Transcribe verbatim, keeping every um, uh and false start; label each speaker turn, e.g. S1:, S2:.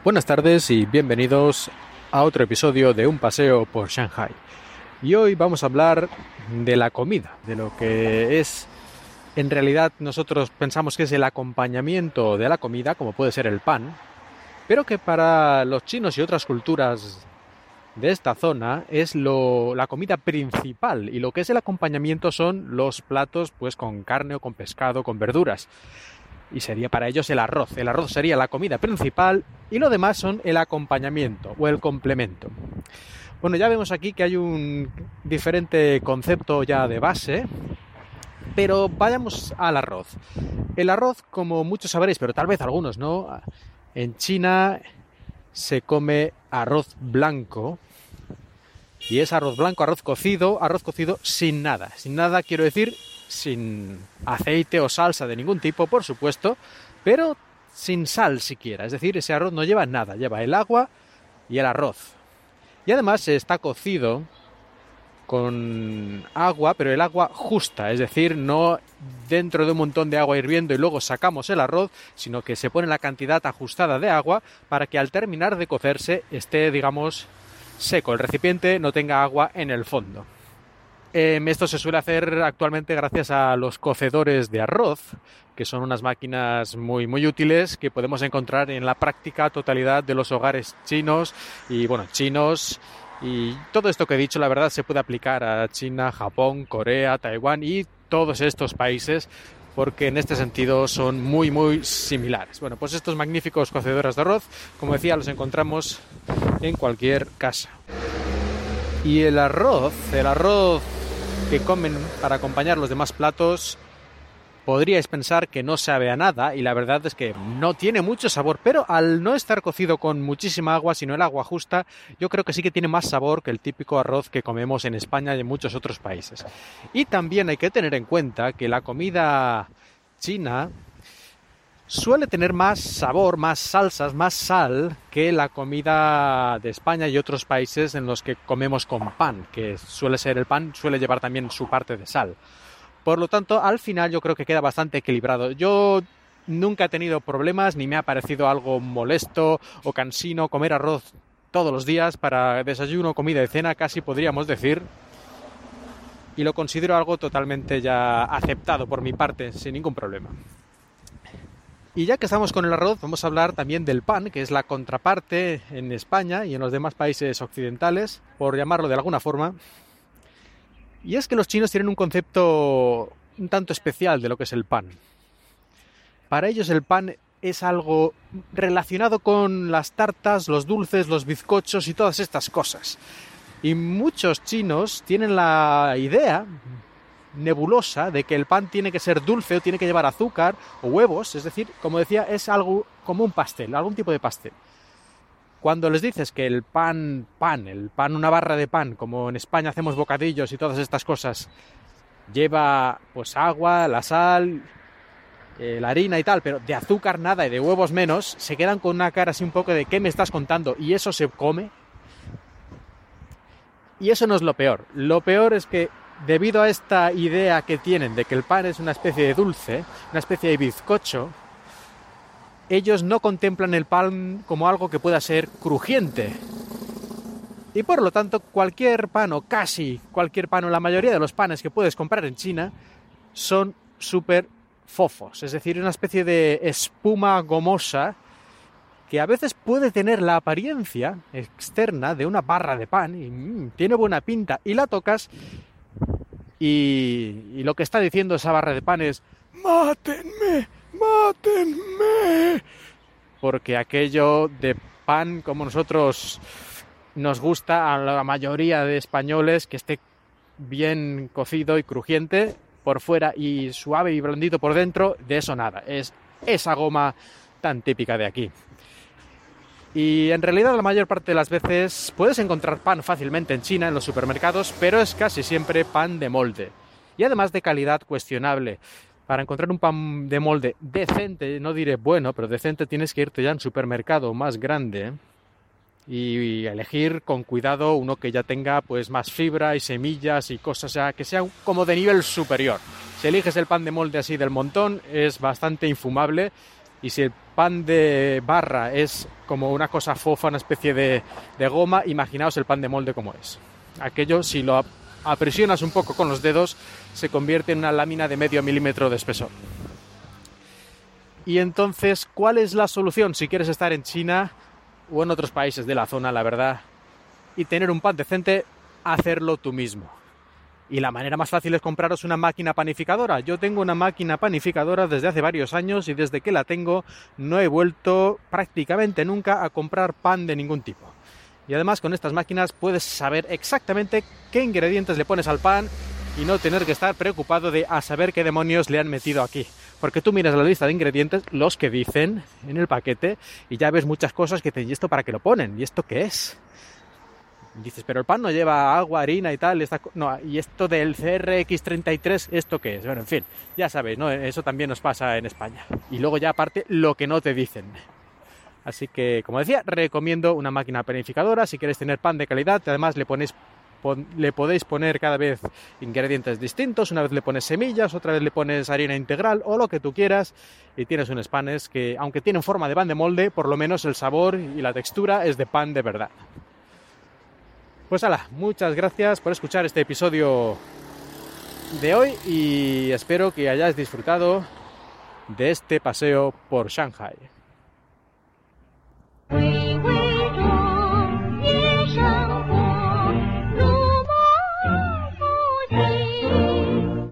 S1: Buenas tardes y bienvenidos a otro episodio de Un paseo por Shanghai. Y hoy vamos a hablar de la comida, de lo que es, en realidad nosotros pensamos que es el acompañamiento de la comida, como puede ser el pan, pero que para los chinos y otras culturas de esta zona es lo, la comida principal, y lo que es el acompañamiento son los platos pues con carne o con pescado, con verduras. Y sería para ellos el arroz. El arroz sería la comida principal y lo demás son el acompañamiento o el complemento. Bueno, ya vemos aquí que hay un diferente concepto ya de base, pero vayamos al arroz. El arroz, como muchos sabréis, pero tal vez algunos no, en China se come arroz blanco. Y es arroz blanco, arroz cocido, arroz cocido sin nada. Sin nada quiero decir sin aceite o salsa de ningún tipo, por supuesto, pero sin sal siquiera. Es decir, ese arroz no lleva nada, lleva el agua y el arroz. Y además está cocido con agua, pero el agua justa, es decir, no dentro de un montón de agua hirviendo y luego sacamos el arroz, sino que se pone la cantidad ajustada de agua para que al terminar de cocerse esté, digamos, seco, el recipiente no tenga agua en el fondo. Eh, esto se suele hacer actualmente gracias a los cocedores de arroz, que son unas máquinas muy, muy útiles que podemos encontrar en la práctica totalidad de los hogares chinos y, bueno, chinos. Y todo esto que he dicho, la verdad, se puede aplicar a China, Japón, Corea, Taiwán y todos estos países, porque en este sentido son muy, muy similares. Bueno, pues estos magníficos cocedores de arroz, como decía, los encontramos en cualquier casa. Y el arroz, el arroz que comen para acompañar los demás platos, podríais pensar que no sabe a nada, y la verdad es que no tiene mucho sabor, pero al no estar cocido con muchísima agua, sino el agua justa, yo creo que sí que tiene más sabor que el típico arroz que comemos en España y en muchos otros países. Y también hay que tener en cuenta que la comida china suele tener más sabor, más salsas, más sal que la comida de España y otros países en los que comemos con pan, que suele ser el pan, suele llevar también su parte de sal. Por lo tanto, al final yo creo que queda bastante equilibrado. Yo nunca he tenido problemas, ni me ha parecido algo molesto o cansino comer arroz todos los días para desayuno, comida y cena, casi podríamos decir. Y lo considero algo totalmente ya aceptado por mi parte, sin ningún problema. Y ya que estamos con el arroz, vamos a hablar también del pan, que es la contraparte en España y en los demás países occidentales, por llamarlo de alguna forma. Y es que los chinos tienen un concepto un tanto especial de lo que es el pan. Para ellos el pan es algo relacionado con las tartas, los dulces, los bizcochos y todas estas cosas. Y muchos chinos tienen la idea nebulosa de que el pan tiene que ser dulce o tiene que llevar azúcar o huevos, es decir, como decía, es algo como un pastel, algún tipo de pastel. Cuando les dices que el pan, pan, el pan, una barra de pan, como en España hacemos bocadillos y todas estas cosas, lleva pues agua, la sal, eh, la harina y tal, pero de azúcar nada y de huevos menos, se quedan con una cara así un poco de ¿qué me estás contando? ¿Y eso se come? Y eso no es lo peor. Lo peor es que debido a esta idea que tienen de que el pan es una especie de dulce, una especie de bizcocho, ellos no contemplan el pan como algo que pueda ser crujiente. Y por lo tanto, cualquier pan, o casi cualquier pan, o la mayoría de los panes que puedes comprar en China, son súper fofos. Es decir, una especie de espuma gomosa que a veces puede tener la apariencia externa de una barra de pan, y mmm, tiene buena pinta, y la tocas, y, y lo que está diciendo esa barra de pan es ¡mátenme! ¡Mátenme! Porque aquello de pan, como nosotros nos gusta a la mayoría de españoles, que esté bien cocido y crujiente por fuera y suave y blandito por dentro, de eso nada. Es esa goma tan típica de aquí. Y en realidad la mayor parte de las veces puedes encontrar pan fácilmente en China, en los supermercados, pero es casi siempre pan de molde. Y además de calidad cuestionable. Para encontrar un pan de molde decente, no diré bueno, pero decente, tienes que irte ya a un supermercado más grande y elegir con cuidado uno que ya tenga pues más fibra y semillas y cosas, o sea, que sea como de nivel superior. Si eliges el pan de molde así del montón, es bastante infumable Y si el pan de barra es como una cosa fofa, una especie de, de goma, imaginaos el pan de molde como es. Aquello, si lo apresionas un poco con los dedos, se convierte en una lámina de medio milímetro de espesor. Y entonces, ¿cuál es la solución si quieres estar en China o en otros países de la zona, la verdad, y tener un pan decente? Hacerlo tú mismo. Y la manera más fácil es compraros una máquina panificadora. Yo tengo una máquina panificadora desde hace varios años y desde que la tengo no he vuelto prácticamente nunca a comprar pan de ningún tipo. Y además con estas máquinas puedes saber exactamente qué ingredientes le pones al pan y no tener que estar preocupado de a saber qué demonios le han metido aquí. Porque tú miras la lista de ingredientes, los que dicen en el paquete, y ya ves muchas cosas que te dicen, ¿y esto para qué lo ponen? ¿Y esto qué es? Dices, pero el pan no lleva agua, harina y tal. Esta... No, y esto del C R X treinta y tres, ¿esto qué es? Bueno, en fin, ya sabéis, ¿no? Eso también nos pasa en España. Y luego ya aparte, lo que no te dicen. Así que, como decía, recomiendo una máquina panificadora si queréis tener pan de calidad. Además, le ponéis, pon, le podéis poner cada vez ingredientes distintos. Una vez le pones semillas, otra vez le pones harina integral o lo que tú quieras. Y tienes unos panes que, aunque tienen forma de pan de molde, por lo menos el sabor y la textura es de pan de verdad. Pues hala, muchas gracias por escuchar este episodio de hoy y espero que hayáis disfrutado de este paseo por Shanghai.